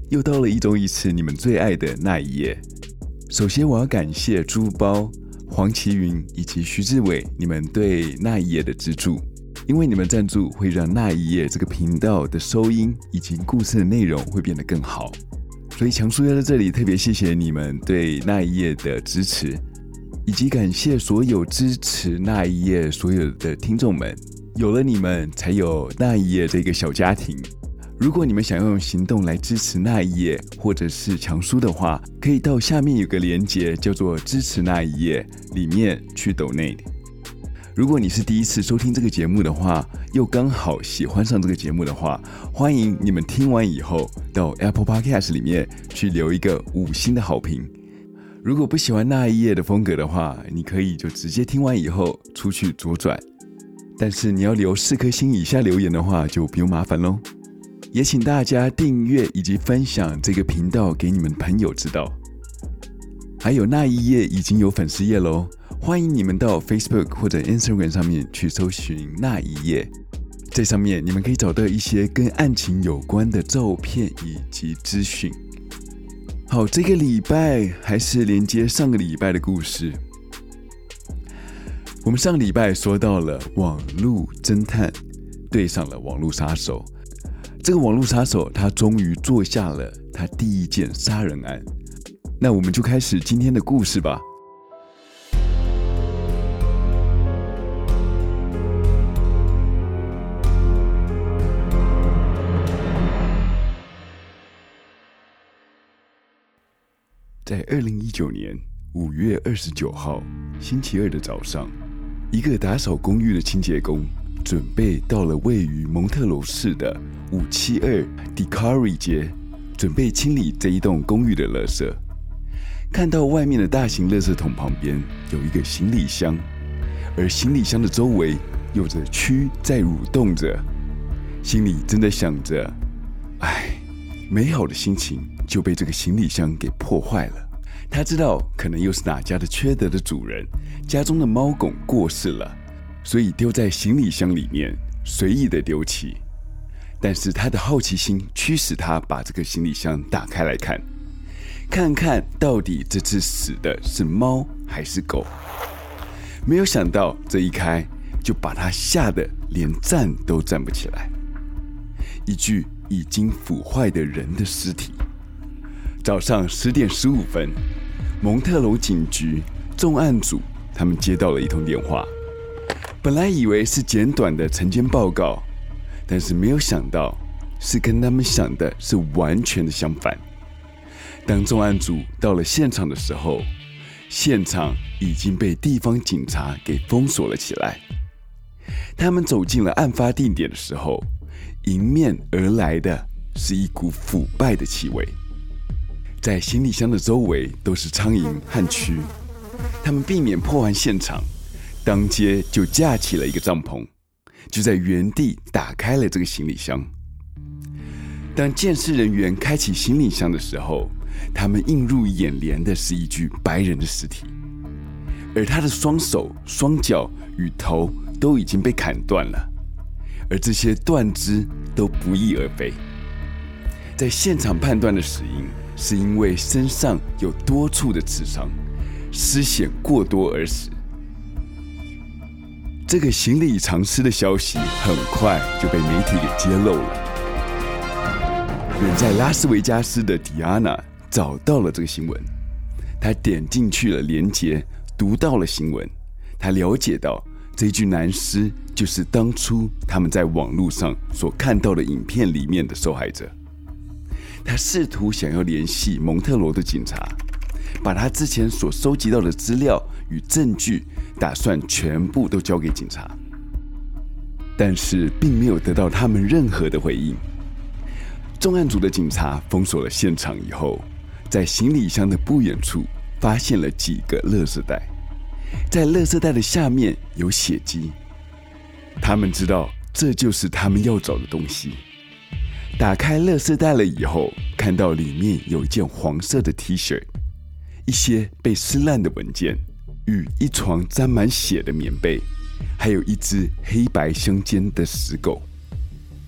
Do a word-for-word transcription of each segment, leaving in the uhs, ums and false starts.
又到了一周一次你们最爱的那一夜。首先我要感谢猪包、黄奇云以及徐志伟你们对那一夜的资助，因为你们赞助会让那一夜这个频道的收音以及故事的内容会变得更好，所以强叔要在这里特别谢谢你们对那一夜的支持，以及感谢所有支持那一夜所有的听众们，有了你们才有那一夜这个小家庭。如果你们想要用行动来支持那一夜或者是强叔的话，可以到下面有个连结叫做支持那一夜，里面去 donate。 如果你是第一次收听这个节目的话，又刚好喜欢上这个节目的话，欢迎你们听完以后到 Apple Podcast 里面去留一个五星的好评。如果不喜欢那一夜的风格的话，你可以就直接听完以后出去左转，但是你要留四颗星以下留言的话就不用麻烦咯。也请大家订阅以及分享这个频道给你们朋友知道。还有那一夜已经有粉丝页咯，欢迎你们到 Facebook 或者 Instagram 上面去搜寻那一夜，在上面你们可以找到一些跟案情有关的照片以及资讯。好，这个礼拜还是连接上个礼拜的故事。我们上个礼拜说到了网络侦探对上了网络杀手，这个网络杀手他终于做下了他第一件杀人案。那我们就开始今天的故事吧。在二零一九年五月二十九号星期二的早上，一个打扫公寓的清洁工准备到了位于蒙特楼市的五七二 DeCarry 街，准备清理这一栋公寓的垃圾。看到外面的大型垃圾桶旁边有一个行李箱，而行李箱的周围有着蛆在蠕动着，心里正在想着，唉，美好的心情就被这个行李箱给破坏了。他知道可能又是哪家的缺德的主人家中的猫狗过世了，所以丢在行李箱里面随意的丢弃。但是他的好奇心驱使他把这个行李箱打开来看，看看到底这只死的是猫还是狗。没有想到这一开就把他吓得连站都站不起来，一具已经腐坏的人的尸体。早上十点十五分，蒙特楼警局重案组他们接到了一通电话，本来以为是简短的晨间报告，但是没有想到是跟他们想的是完全的相反。当重案组到了现场的时候，现场已经被地方警察给封锁了起来。他们走进了案发地点的时候，迎面而来的是一股腐败的气味，在行李箱的周围都是苍蝇和蛆。他们避免破坏现场，当街就架起了一个帐篷，就在原地打开了这个行李箱。当监视人员开启行李箱的时候，他们映入眼帘的是一具白人的尸体，而他的双手、双脚与头都已经被砍断了，而这些断肢都不翼而飞。在现场判断的死因是因为身上有多处的刺伤，失血过多而死。这个行李藏尸的消息很快就被媒体给揭露了。远在拉斯维加斯的迪安娜找到了这个新闻，她点进去了连结，读到了新闻，她了解到这具男尸就是当初他们在网络上所看到的影片里面的受害者。他试图想要联系蒙特罗的警察，把他之前所收集到的资料与证据打算全部都交给警察，但是并没有得到他们任何的回应。重案组的警察封锁了现场以后，在行李箱的不远处发现了几个垃圾袋，在垃圾袋的下面有血迹。他们知道这就是他们要找的东西。打开垃圾袋了以后，看到里面有一件黄色的 T 恤，一些被撕烂的文件，与一床沾满血的棉被，还有一只黑白相间的死狗。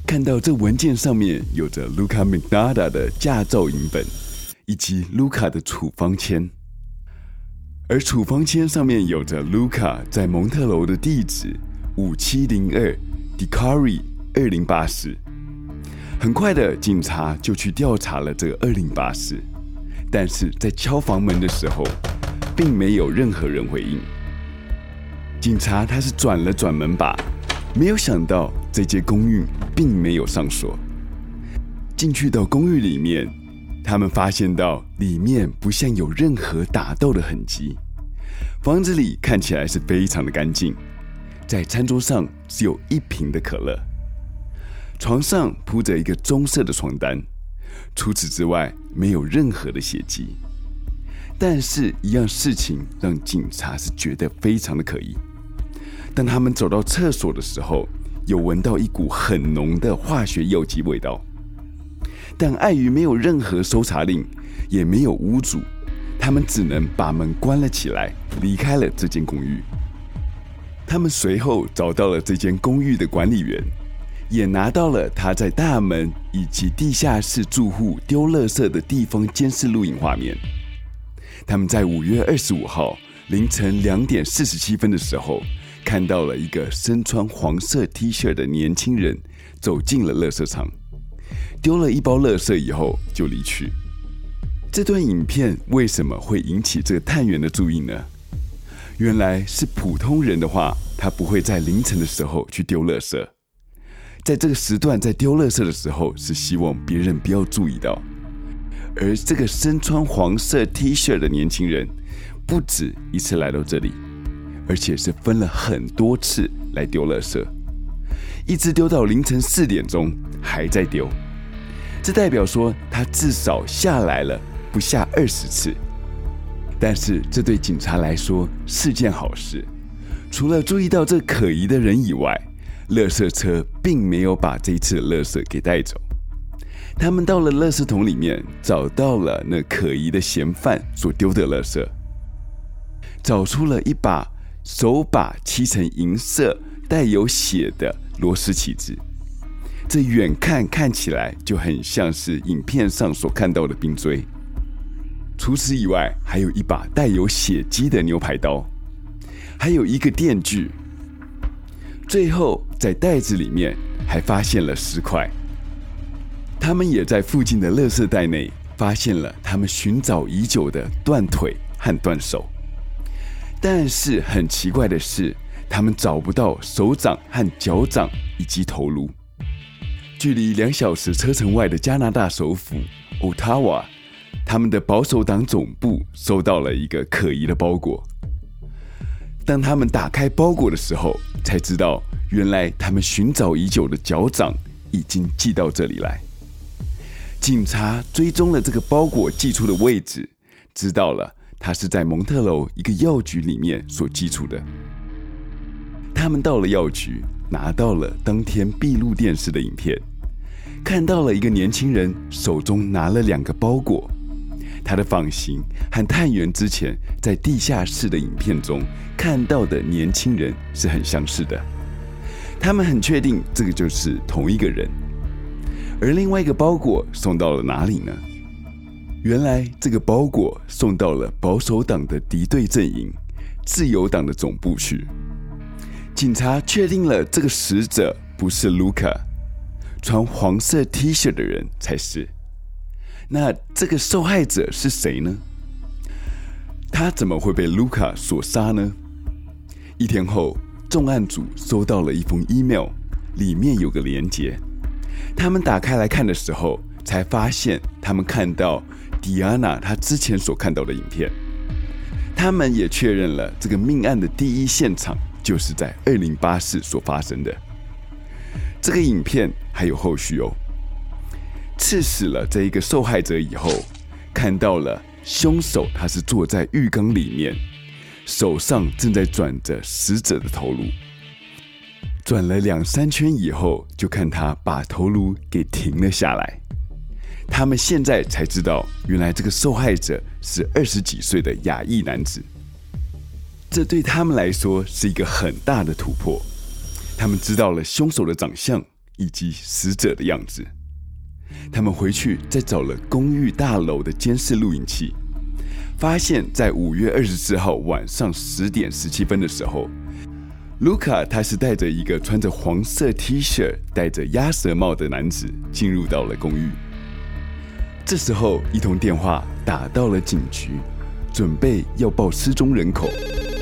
看到这文件上面有着 Luca Magnotta 的驾照影本，以及 Luca 的处方签。而处方签上面有着 Luca 在蒙特楼的地址五七零二 Dicari 二零八室。很快的，警察就去调查了这个二零八室，但是在敲房门的时候，并没有任何人回应。警察他是转了转门把，没有想到这间公寓并没有上锁。进去到公寓里面，他们发现到里面不像有任何打斗的痕迹，房子里看起来是非常的干净。在餐桌上只有一瓶的可乐，床上铺着一个棕色的床单，除此之外没有任何的血迹。但是一样事情让警察是觉得非常的可疑。当他们走到厕所的时候，有闻到一股很浓的化学药剂味道，但碍于没有任何搜查令，也没有屋主，他们只能把门关了起来，离开了这间公寓。他们随后找到了这间公寓的管理员，也拿到了他在大门以及地下室住户丢垃圾的地方监视录影画面。他们在五月二十五号凌晨两点四十七分的时候，看到了一个身穿黄色 T 恤的年轻人走进了垃圾场，丢了一包垃圾以后就离去。这段影片为什么会引起这个探员的注意呢？原来是普通人的话，他不会在凌晨的时候去丢垃圾，在这个时段在丢垃圾的时候是希望别人不要注意到。而这个身穿黄色 T 恤的年轻人不止一次来到这里，而且是分了很多次来丢垃圾，一直丢到凌晨四点钟还在丢。这代表说他至少下来了不下二十次。但是这对警察来说是件好事，除了注意到这可疑的人以外，垃圾车并没有把这一次的垃圾给带走。他们到了垃圾桶里面，找到了那可疑的嫌犯所丢的垃圾，找出了一把手把漆成银色带有血的螺丝起子，这远看看起来就很像是影片上所看到的冰锥。除此以外，还有一把带有血迹的牛排刀，还有一个电锯。最后在袋子里面还发现了石块。他们也在附近的垃圾袋内发现了他们寻找已久的断腿和断手。但是很奇怪的是，他们找不到手掌和脚掌以及头颅。距离两小时车程外的加拿大首府 Ottawa， 他们的保守党总部收到了一个可疑的包裹。当他们打开包裹的时候，才知道原来他们寻找已久的脚掌已经寄到这里来。警察追踪了这个包裹寄出的位置，知道了它是在蒙特楼一个药局里面所寄出的。他们到了药局，拿到了当天闭路电视的影片，看到了一个年轻人手中拿了两个包裹。他的发型和探员之前在地下室的影片中看到的年轻人是很相似的。他们很确定这个就是同一个人。而另外一个包裹送到了哪里呢？原来这个包裹送到了保守党的敌对阵营自由党的总部去。警察确定了这个死者不是 Luca， 穿黄色 T 恤的人才是。那这个受害者是谁呢？他怎么会被 Luca 所杀呢？一天后，重案组收到了一封 email， 里面有个连结。他们打开来看的时候，才发现他们看到 Diana 她之前所看到的影片。他们也确认了这个命案的第一现场就是在二零八室所发生的。这个影片还有后续哦。刺死了这一个受害者以后，看到了凶手他是坐在浴缸里面，手上正在转着死者的头颅。转了两三圈以后，就看他把头颅给停了下来。他们现在才知道，原来这个受害者是二十几岁的亚裔男子。这对他们来说是一个很大的突破。他们知道了凶手的长相以及死者的样子。他们回去再找了公寓大楼的监视录影器，发现在五月二十四号晚上十点十七分的时候，卢卡他是带着一个穿着黄色 T 恤、戴着鸭舌帽的男子进入到了公寓。这时候，一通电话打到了警局，准备要报失踪人口。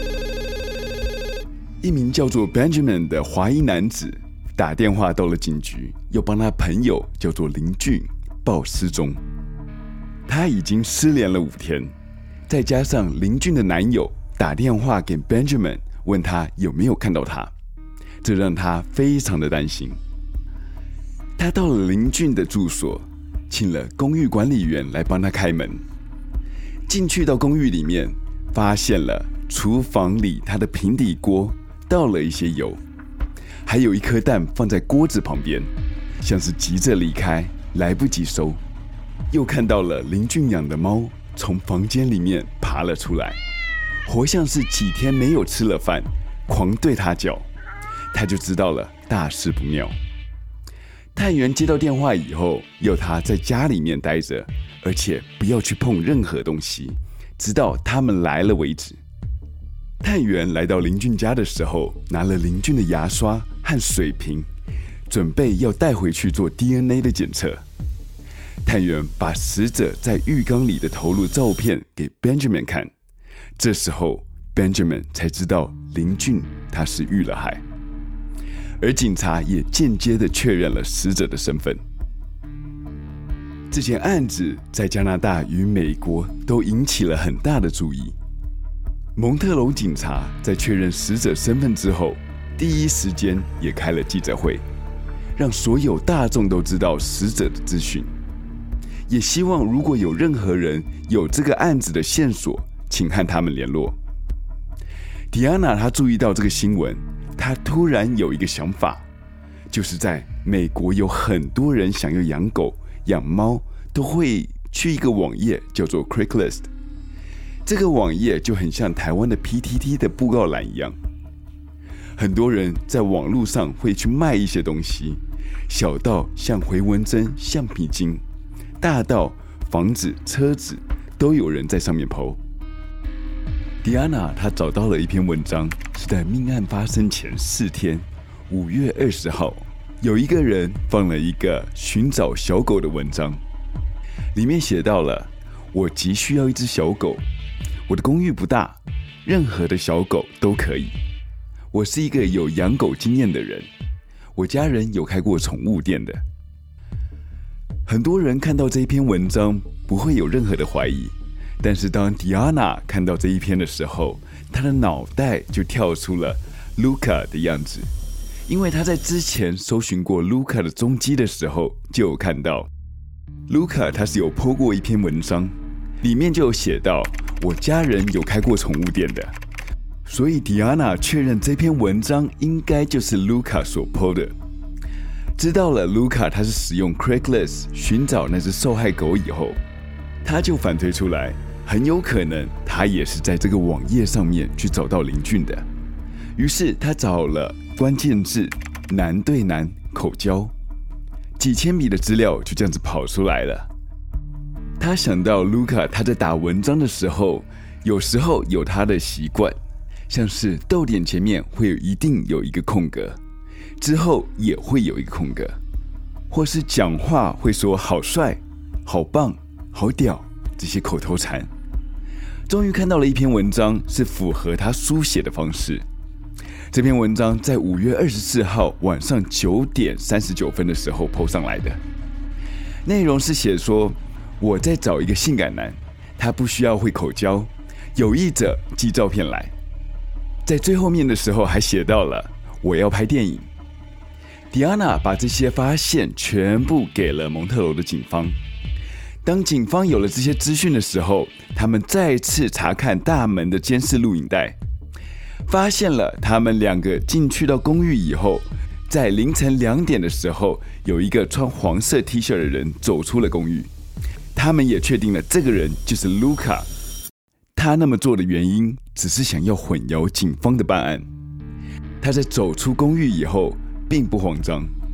一名叫做 Benjamin 的华裔男子打电话到了警局，要帮他朋友叫做林俊报失踪。他已经失联了五天，再加上林俊的男友打电话给 Benjamin， 问他有没有看到他，这让他非常的担心。他到了林俊的住所，请了公寓管理员来帮他开门。进去到公寓里面，发现了厨房里他的平底锅倒了一些油，还有一颗蛋放在锅子旁边，像是急着离开，来不及收。又看到了林俊养的猫从房间里面爬了出来，活像是几天没有吃了饭，狂对他叫。他就知道了大事不妙。探员接到电话以后，要他在家里面待着，而且不要去碰任何东西，直到他们来了为止。探员来到林俊家的时候，拿了林俊的牙刷和水瓶，准备要带回去做 D N A 的检测。探员把死者在浴缸里的头颅照片给 Benjamin 看，这时候 Benjamin 才知道林俊他是遇了害，而警察也间接的确认了死者的身份。这件案子在加拿大与美国都引起了很大的注意。蒙特娄警察在确认死者身份之后，第一时间也开了记者会，让所有大众都知道死者的资讯，也希望如果有任何人有这个案子的线索，请和他们联络。迪安娜她注意到这个新闻，她突然有一个想法，就是在美国有很多人想要养狗、养猫，都会去一个网页叫做 Craigslist。这个网页就很像台湾的 P T T 的布告栏一样，很多人在网络上会去卖一些东西，小到像回纹针、橡皮筋，大到房子、车子，都有人在上面 po。 迪安娜她找到了一篇文章，是在命案发生前四天，五月二十号，有一个人放了一个寻找小狗的文章，里面写到了：我急需要一只小狗，我的公寓不大，任何的小狗都可以。我是一个有养狗经验的人，我家人有开过宠物店的。很多人看到这一篇文章不会有任何的怀疑，但是当迪安娜看到这一篇的时候，她的脑袋就跳出了卢卡的样子，因为她在之前搜寻过卢卡的踪迹的时候，就有看到卢卡他是有 po 过一篇文章，里面就有写到我家人有开过宠物店的，所以迪安娜确认这篇文章应该就是卢卡所 po 的。知道了卢卡他是使用 Craigslist 寻找那只受害狗以后，他就反推出来，很有可能他也是在这个网页上面去找到林俊的。于是他找了关键字男对男口交，几千笔的资料就这样子跑出来了。他想到卢卡他在打文章的时候，有时候有他的习惯，像是逗点前面会有一定有一个空格，之后也会有一个空格，或是讲话会说好帅、好棒、好屌这些口头禅。终于看到了一篇文章是符合他书写的方式。这篇文章在五月二十四号晚上九点三十九分的时候 po 上来的，内容是写说我在找一个性感男，他不需要会口交，有意者寄照片来。在最后面的时候还写到了我要拍电影。迪安娜把这些发现全部给了蒙特娄的警方。当警方有了这些资讯的时候，他们再次查看大门的监视录影带，发现了他们两个进去到公寓以后，在凌晨两点的时候，有一个穿黄色 T 恤的人走出了公寓。他们也确定了这个人就是卢卡，他那么做的原因只是想要混淆警方的办案。他在走出公寓以后并不慌张，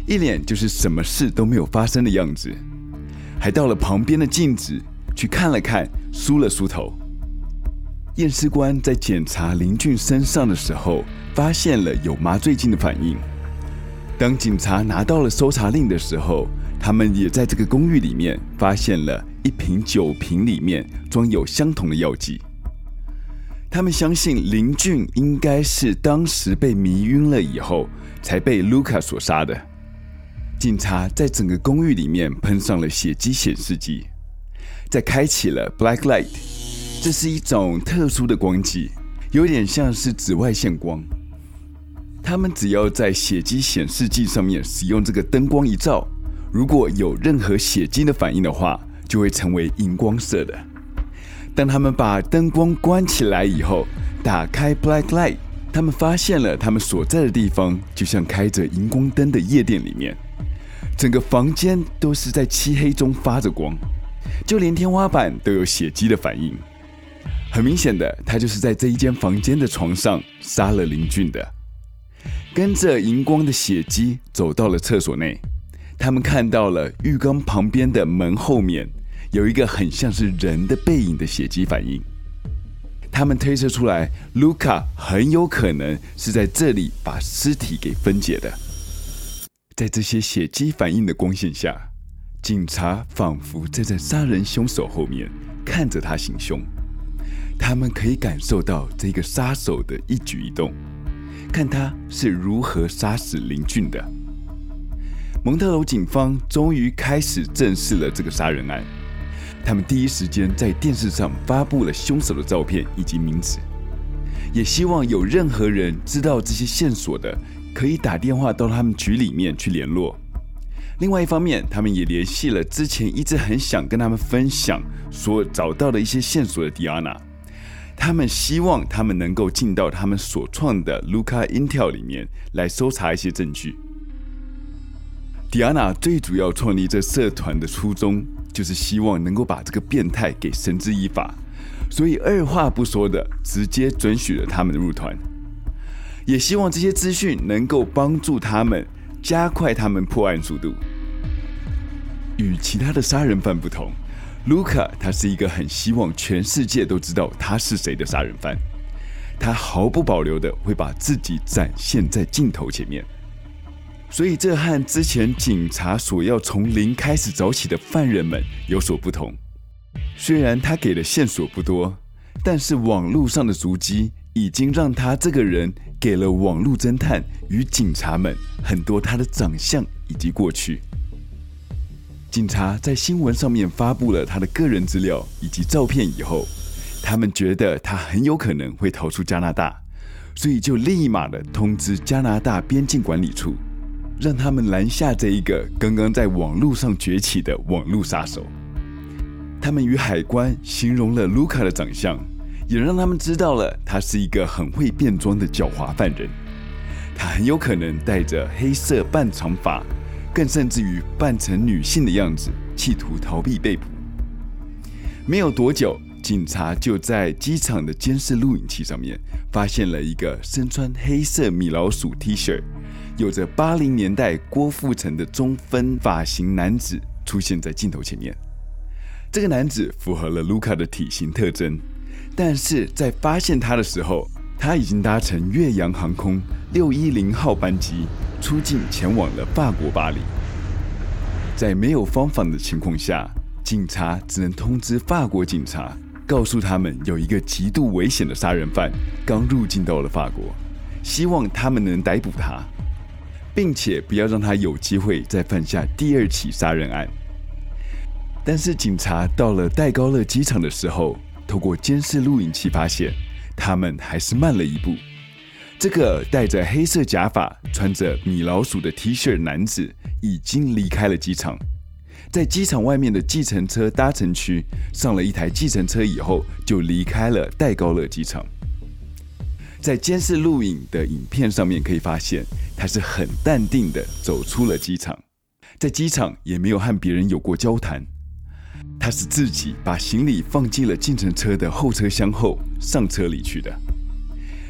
一脸就是什么事都没有发生的样子，还到了旁边的镜子去看了看，梳了梳头。验尸官在检查林俊身上的时候，发现了有麻醉剂的反应。当警察拿到了搜查令的时候，他们也在这个公寓里面发现了一瓶酒瓶，里面装有相同的药剂。他们相信林俊应该是当时被迷晕了以后才被 Luca 所杀的。警察在整个公寓里面喷上了血迹显示剂，再开启了 Black Light， 这是一种特殊的光剂，有点像是紫外线光。他们只要在血迹显示剂上面使用这个灯光一照，如果有任何血迹的反应的话，就会成为荧光色的。当他们把灯光关起来以后，打开 Black Light， 他们发现了他们所在的地方就像开着荧光灯的夜店里面，整个房间都是在漆黑中发着光，就连天花板都有血迹的反应。很明显的，他就是在这一间房间的床上杀了林俊的。跟着荧光的血迹走到了厕所内，他们看到了浴缸旁边的门后面有一个很像是人的背影的血迹反应。他们推测出来 Luca 很有可能是在这里把尸体给分解的。在这些血迹反应的光线下，警察仿佛站在杀人凶手后面看着他行凶，他们可以感受到这个杀手的一举一动，看他是如何杀死林俊的。蒙特楼警方终于开始正视了这个杀人案，他们第一时间在电视上发布了凶手的照片以及名字，也希望有任何人知道这些线索的，可以打电话到他们局里面去联络。另外一方面，他们也联系了之前一直很想跟他们分享所找到的一些线索的 Diana， 他们希望他们能够进到他们所创的 Luca Intel 里面来搜查一些证据。Diana 最主要创立这社团的初衷，就是希望能够把这个变态给绳之以法，所以二话不说的直接准许了他们入团，也希望这些资讯能够帮助他们加快他们破案速度。与其他的杀人犯不同， Luca 他是一个很希望全世界都知道他是谁的杀人犯，他毫不保留的会把自己展现在镜头前面。所以这和之前警察所要从零开始找起的犯人们有所不同。虽然他给的线索不多，但是网络上的足迹已经让他这个人给了网络侦探与警察们很多他的长相以及过去。警察在新闻上面发布了他的个人资料以及照片以后，他们觉得他很有可能会逃出加拿大，所以就立马的通知加拿大边境管理处，让他们拦下这一个刚刚在网络上崛起的网络杀手。他们与海关形容了卢卡的长相，也让他们知道了他是一个很会变装的狡猾犯人。他很有可能戴着黑色半长发，更甚至于扮成女性的样子，企图逃避被捕。没有多久，警察就在机场的监视录影器上面发现了一个身穿黑色米老鼠 T 恤，有着八零年代郭富城的中分发型男子出现在镜头前面。这个男子符合了卢卡的体型特征，但是在发现他的时候，他已经搭乘越洋航空六一零号班机出境前往了法国巴黎。在没有方法的情况下，警察只能通知法国警察，告诉他们有一个极度危险的杀人犯刚入境到了法国，希望他们能逮捕他，并且不要让他有机会再犯下第二起杀人案。但是警察到了戴高乐机场的时候，透过监视录影器发现他们还是慢了一步。这个戴着黑色假发穿着米老鼠的 T 恤男子已经离开了机场，在机场外面的计程车搭乘区上了一台计程车以后，就离开了戴高乐机场。在监视录影的影片上面可以发现，他是很淡定的走出了机场，在机场也没有和别人有过交谈，他是自己把行李放进了计程车的后车厢后上车离去的。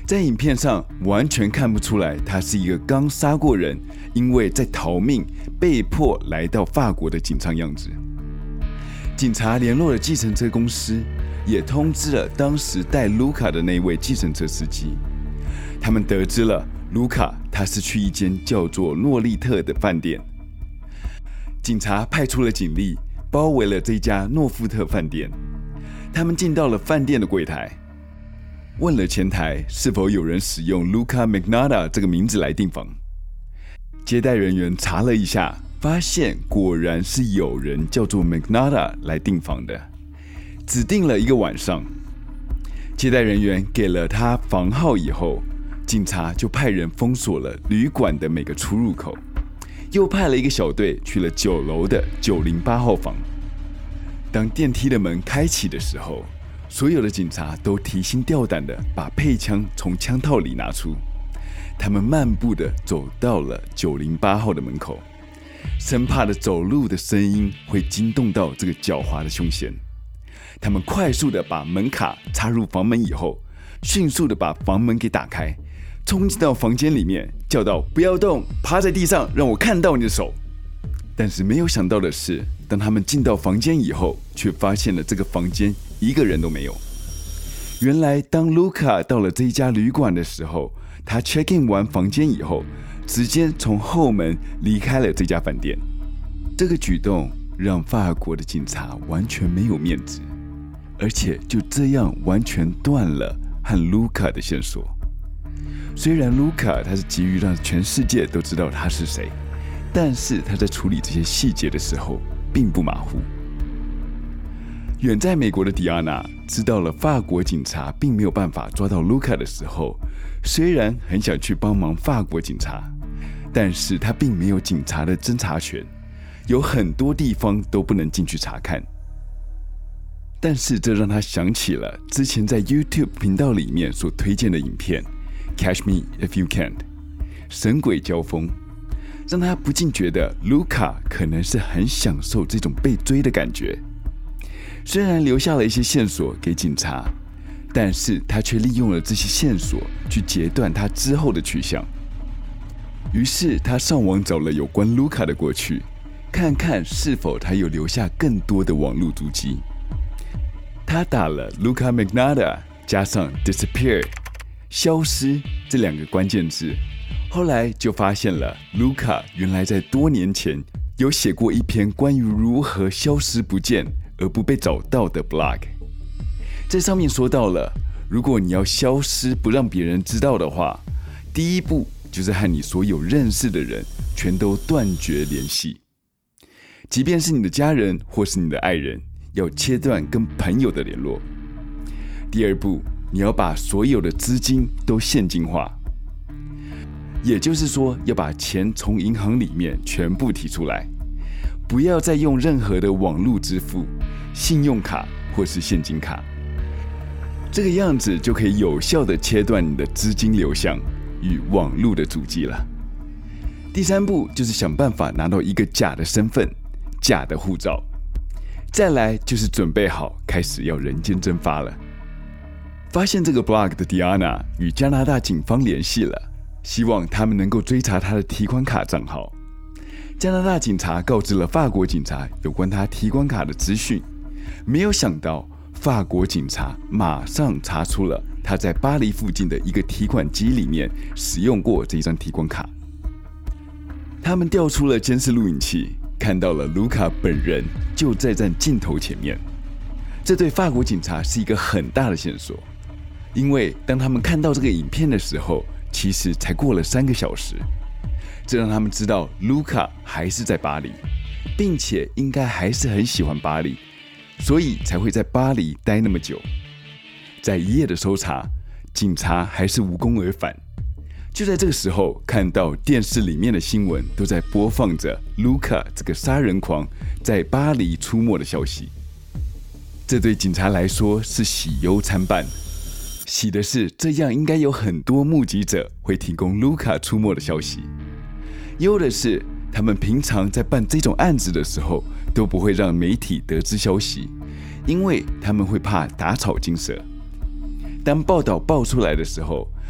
在影片上完全看不出来他是一个刚杀过人，因为在逃命被迫来到法国的警察样子。警察联络了计程车公司，也通知了当时带卢卡的那位计程车司机。他们得知了卢卡他是去一间叫做诺利特的饭店。警察派出了警力，包围了这家诺富特饭店。他们进到了饭店的柜台，问了前台是否有人使用 Luca Magnotta 这个名字来订房。接待人员查了一下，发现果然是有人叫做 Magnotta 来订房的，只订了一个晚上。接待人员给了他房号以后，警察就派人封锁了旅馆的每个出入口，又派了一个小队去了九楼的九零八号房。当电梯的门开启的时候，所有的警察都提心吊胆地把配枪从枪套里拿出。他们漫步地走到了九零八号的门口，生怕的走路的声音会惊动到这个狡猾的凶嫌。他们快速地把门卡插入房门以后，迅速地把房门给打开，冲进到房间里面，叫道：不要动，趴在地上，让我看到你的手。但是没有想到的是，当他们进到房间以后，却发现了这个房间一个人都没有。原来当卢卡到了这一家旅馆的时候，他 check in 完房间以后，直接从后门离开了这家饭店。这个举动让法国的警察完全没有面子，而且就这样完全断了和卢卡的线索。虽然卢卡他是急于让全世界都知道他是谁，但是他在处理这些细节的时候并不马虎。远在美国的迪安娜知道了法国警察并没有办法抓到卢卡的时候，虽然很想去帮忙法国警察，但是他并没有警察的侦查权，有很多地方都不能进去查看。但是这让他想起了之前在 YouTube 频道里面所推荐的影片 Catch Me If You Can， 神鬼交锋，让他不禁觉得卢卡可能是很享受这种被追的感觉。虽然留下了一些线索给警察，但是他却利用了这些线索去截断他之后的去向。于是他上网找了有关卢卡的过去，看看是否他有留下更多的网络足迹。他打了 Luca Magnotta 加上 disappear 消失这两个关键字，后来就发现了卢卡原来在多年前有写过一篇关于如何消失不见而不被找到的 blog。 在上面说到了，如果你要消失不让别人知道的话，第一步就是和你所有认识的人全都断绝联系，即便是你的家人或是你的爱人，要切断跟朋友的联络。第二步，你要把所有的资金都现金化，也就是说要把钱从银行里面全部提出来，不要再用任何的网络支付、信用卡或是现金卡，这个样子就可以有效地切断你的资金流向与网络的足迹了。第三步就是想办法拿到一个假的身份、假的护照，再来就是准备好开始要人间蒸发了。发现这个 blog 的 Diana 与加拿大警方联系了，希望他们能够追查他的提款卡账号。加拿大警察告知了法国警察有关他提款卡的资讯，没有想到法国警察马上查出了他在巴黎附近的一个提款机里面使用过这一张提款卡。他们调出了监视录影器，看到了卢卡本人就在站镜头前面。这对法国警察是一个很大的线索，因为当他们看到这个影片的时候，其实才过了三个小时，这让他们知道卢卡还是在巴黎，并且应该还是很喜欢巴黎，所以才会在巴黎待那么久。在一夜的搜查，警察还是无功而返。就在这个时候，看到电视里面的新闻都在播放着卢卡这个杀人狂在巴黎出没的消息。这对警察来说是喜忧参半，喜的是这样应该有很多目击者会提供卢卡出没的消息，忧的是他们平常在办这种案子的时候都不会让媒体得知消息，因为他们会怕打草惊蛇。当报道爆出来的时候，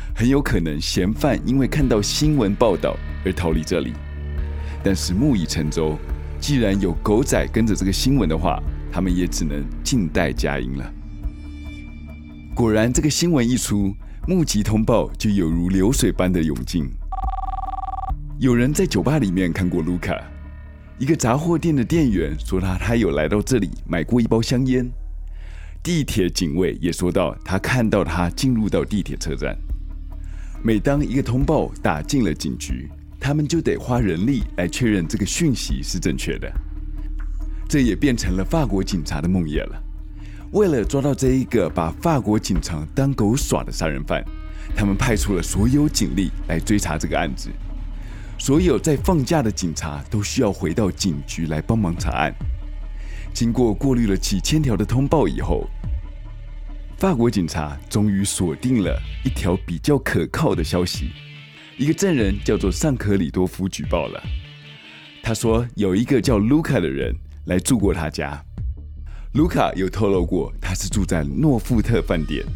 很有可能嫌犯因为看到新闻报道而逃离这里。但是木已成舟，既然有狗仔跟着这个新闻的话，他们也只能静待佳音了。果然，这个新闻一出，目击通报就有如流水般的涌进。有人在酒吧里面看过卢卡，一个杂货店的店员说他他有来到这里买过一包香烟。地铁警卫也说到他看到他进入到地铁车站。每当一个通报打进了警局，他们就得花人力来确认这个讯息是正确的。这也变成了法国警察的梦魇了。为了抓到这一个把法国警察当狗耍的杀人犯，他们派出了所有警力来追查这个案子。所有在放假的警察都需要回到警局来帮忙查案。经过过滤了几千条的通报以后，法国警察终于锁定了一条比较可靠的消息。一个证人叫做尚可里多夫举报了，他说有一个叫卢卡的人来住过他家。卢卡有透露过他是住在诺富特饭店。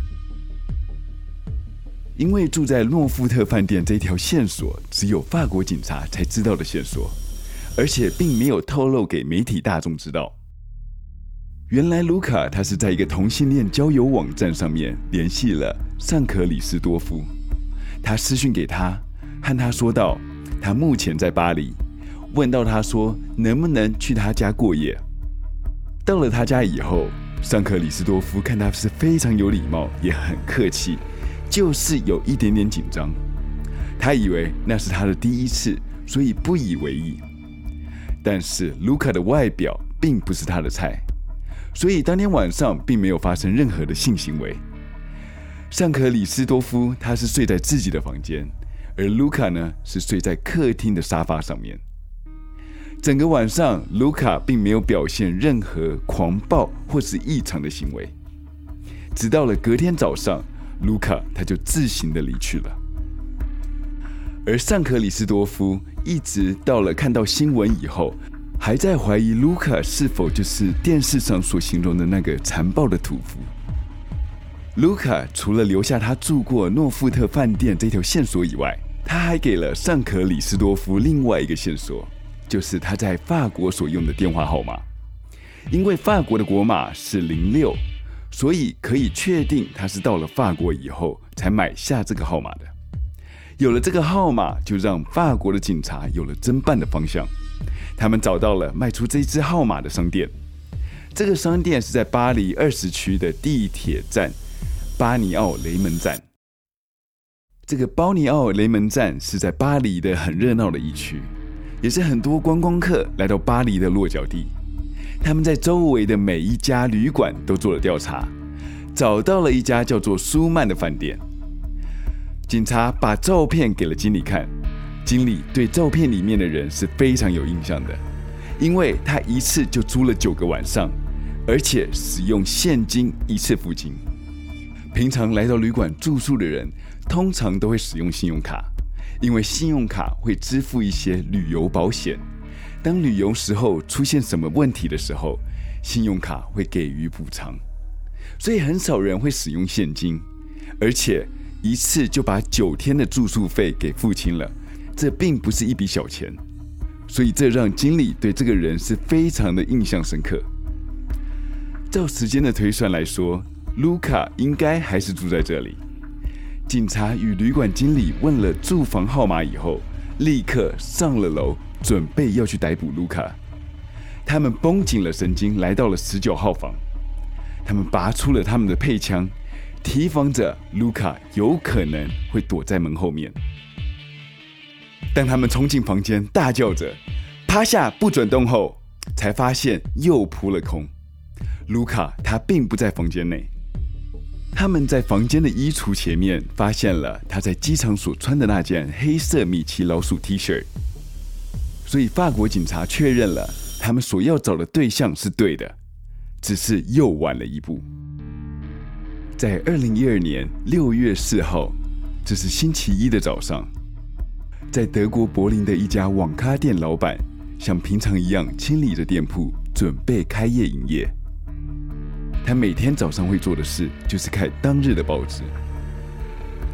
因为住在诺富特饭店这条线索只有法国警察才知道的线索，而且并没有透露给媒体大众知道。原来卢卡他是在一个同性恋交友网站上面联系了尚可里斯多夫，他私讯给他，和他说到他目前在巴黎，问到他说能不能去他家过夜。到了他家以后，尚可里斯多夫看他是非常有礼貌，也很客气，就是有一点点紧张。他以为那是他的第一次，所以不以为意。但是卢卡的外表并不是他的菜，所以当天晚上并没有发生任何的性行为。尚可里斯多夫他是睡在自己的房间，而卢卡呢是睡在客厅的沙发上面。整个晚上，卢卡并没有表现任何狂暴或是异常的行为。直到了隔天早上，卢卡他就自行的离去了。而尚可里斯多夫一直到了看到新闻以后，还在怀疑卢卡是否就是电视上所形容的那个残暴的屠夫。卢卡除了留下他住过诺富特饭店这条线索以外，他还给了尚可里斯多夫另外一个线索，就是他在法国所用的电话号码。因为法国的国码是零六，所以可以确定他是到了法国以后才买下这个号码的。有了这个号码，就让法国的警察有了侦办的方向。他们找到了卖出这支号码的商店，这个商店是在巴黎二十区的地铁站巴尼奥雷门站。这个巴尼奥雷门站是在巴黎的很热闹的一区，也是很多观光客来到巴黎的落脚地。他们在周围的每一家旅馆都做了调查，找到了一家叫做舒曼的饭店。警察把照片给了经理看，经理对照片里面的人是非常有印象的，因为他一次就租了九个晚上，而且使用现金一次付清。平常来到旅馆住宿的人通常都会使用信用卡，因为信用卡会支付一些旅游保险，当旅游时候出现什么问题的时候，信用卡会给予补偿，所以很少人会使用现金，而且一次就把九天的住宿费给付清了，这并不是一笔小钱，所以这让经理对这个人是非常的印象深刻。照时间的推算来说，卢卡应该还是住在这里。警察与旅馆经理问了住房号码以后，立刻上了楼，准备要去逮捕卢卡。他们绷紧了神经，来到了十九号房。他们拔出了他们的配枪，提防着卢卡有可能会躲在门后面。当他们冲进房间，大叫着“趴下，不准动”后，才发现又扑了空。卢卡他并不在房间内。他们在房间的衣橱前面发现了他在机场所穿的那件黑色米奇老鼠 T 恤，所以法国警察确认了他们所要找的对象是对的，只是又晚了一步。在二零一二年六月四号，这是星期一的早上，在德国柏林的一家网咖店老板像平常一样清理着店铺，准备开业营业。他每天早上会做的事就是看当日的报纸。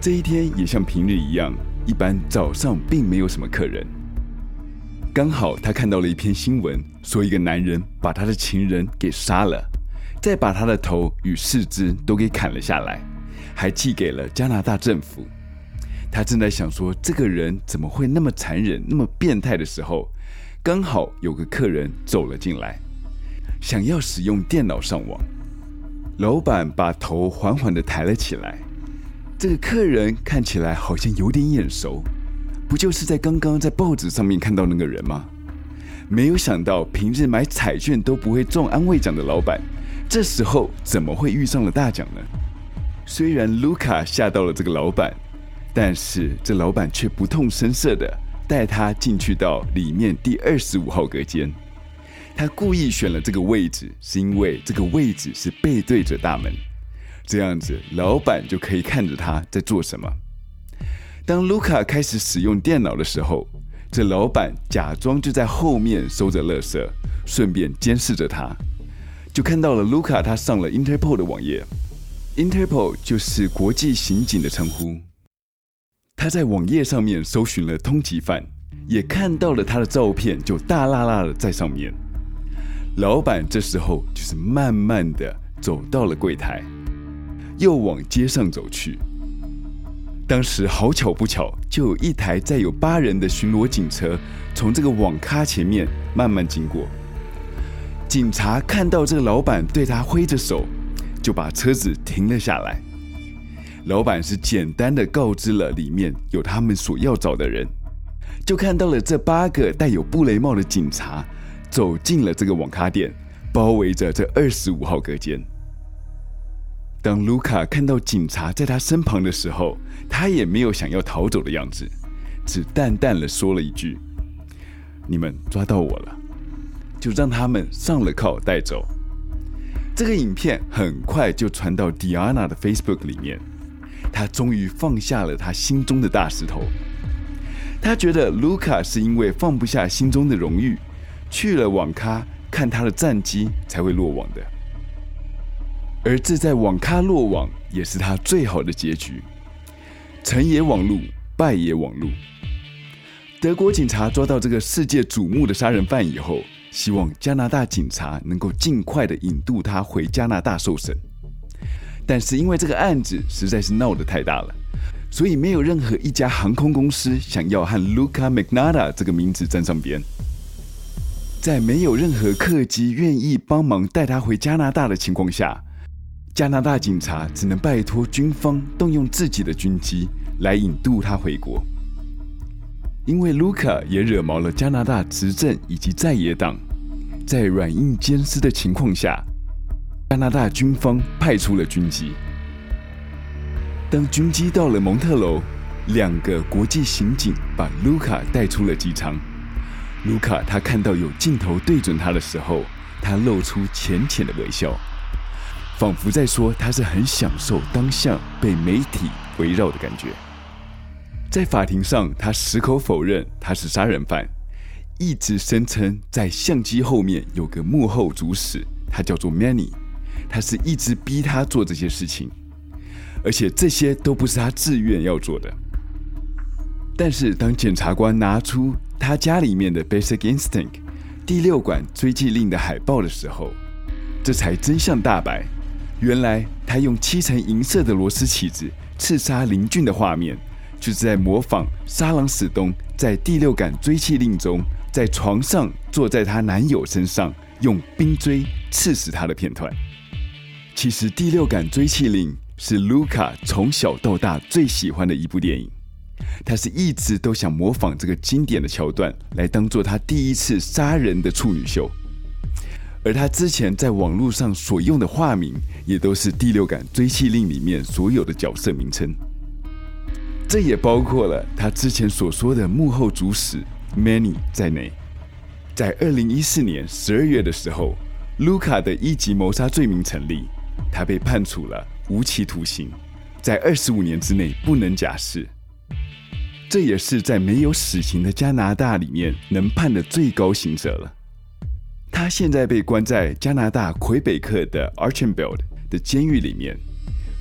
这一天也像平日一样，一般早上并没有什么客人。刚好他看到了一篇新闻，说一个男人把他的情人给杀了，再把他的头与四肢都给砍了下来，还寄给了加拿大政府。他正在想说这个人怎么会那么残忍那么变态的时候，刚好有个客人走了进来，想要使用电脑上网。老板把头缓缓地抬了起来，这个客人看起来好像有点眼熟，不就是在刚刚在报纸上面看到那个人吗？没有想到平日买彩券都不会中安慰奖的老板，这时候怎么会遇上了大奖呢？虽然卢卡吓到了这个老板，但是这老板却不动声色的带他进去到里面第二十五号隔间。他故意选了这个位置，是因为这个位置是背对着大门，这样子老板就可以看着他在做什么。当卢卡开始使用电脑的时候，这老板假装就在后面收着垃圾，顺便监视着他。就看到了卢卡他上了 Interpol 的网页， Interpol 就是国际刑警的称呼。他在网页上面搜寻了通缉犯，也看到了他的照片，就大辣辣的在上面。老板这时候就是慢慢的走到了柜台，又往街上走去。当时好巧不巧，就有一台载有八人的巡逻警车从这个网咖前面慢慢经过。警察看到这个老板对他挥着手，就把车子停了下来。老板是简单的告知了里面有他们所要找的人，就看到了这八个戴有布雷帽的警察走进了这个网咖店，包围着这二十五号隔间。当卢卡看到警察在他身旁的时候，他也没有想要逃走的样子，只淡淡的说了一句：你们抓到我了，就让他们上了铐带走。这个影片很快就传到 Diana 的 Facebook 里面，他终于放下了他心中的大石头。他觉得卢卡是因为放不下心中的荣誉，去了网咖看他的战绩才会落网的，而这在网咖落网也是他最好的结局。成也网路，败也网路。德国警察抓到这个世界瞩目的杀人犯以后，希望加拿大警察能够尽快的引渡他回加拿大受审。但是因为这个案子实在是闹得太大了，所以没有任何一家航空公司想要和 Luca Magnotta 这个名字沾上边。在没有任何客机愿意帮忙带他回加拿大的情况下，加拿大警察只能拜托军方动用自己的军机来引渡他回国。因为卢卡也惹毛了加拿大执政以及在野党，在软硬兼施的情况下，加拿大军方派出了军机。当军机到了蒙特楼，两个国际刑警把卢卡带出了机舱。卢卡他看到有镜头对准他的时候，他露出浅浅的微笑，仿佛在说他是很享受当下被媒体围绕的感觉。在法庭上，他矢口否认他是杀人犯，一直声称在相机后面有个幕后主使，他叫做 Manny， 他是一直逼他做这些事情，而且这些都不是他自愿要做的。但是当检察官拿出他家里面的 Basic Instinct 第六感追缉令的海报的时候，这才真相大白。原来他用漆成银色的螺丝起子刺杀林俊的画面，就是在模仿沙朗史东在第六感追缉令中在床上坐在她男友身上用冰锥刺死他的片段。其实第六感追缉令是卢卡从小到大最喜欢的一部电影，他是一直都想模仿这个经典的桥段来当做他第一次杀人的处女秀。而他之前在网络上所用的化名也都是第六感追缉令里面所有的角色名称，这也包括了他之前所说的幕后主使 Manny 在内。在二零一四年十二月的时候，卢卡的一级谋杀罪名成立，他被判处了无期徒刑，在二十五年之内不能假释。这也是在没有死刑的加拿大里面能判的最高刑责了。他现在被关在加拿大魁北克的 Archambault 的监狱里面，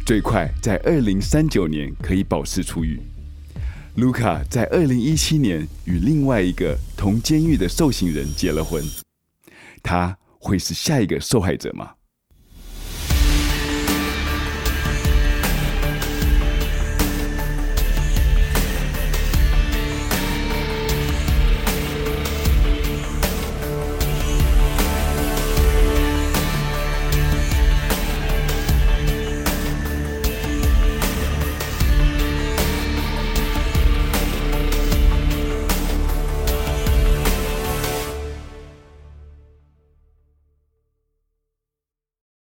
最快在二零三九年可以保释出狱。卢卡在二零一七年与另外一个同监狱的受刑人结了婚，他会是下一个受害者吗？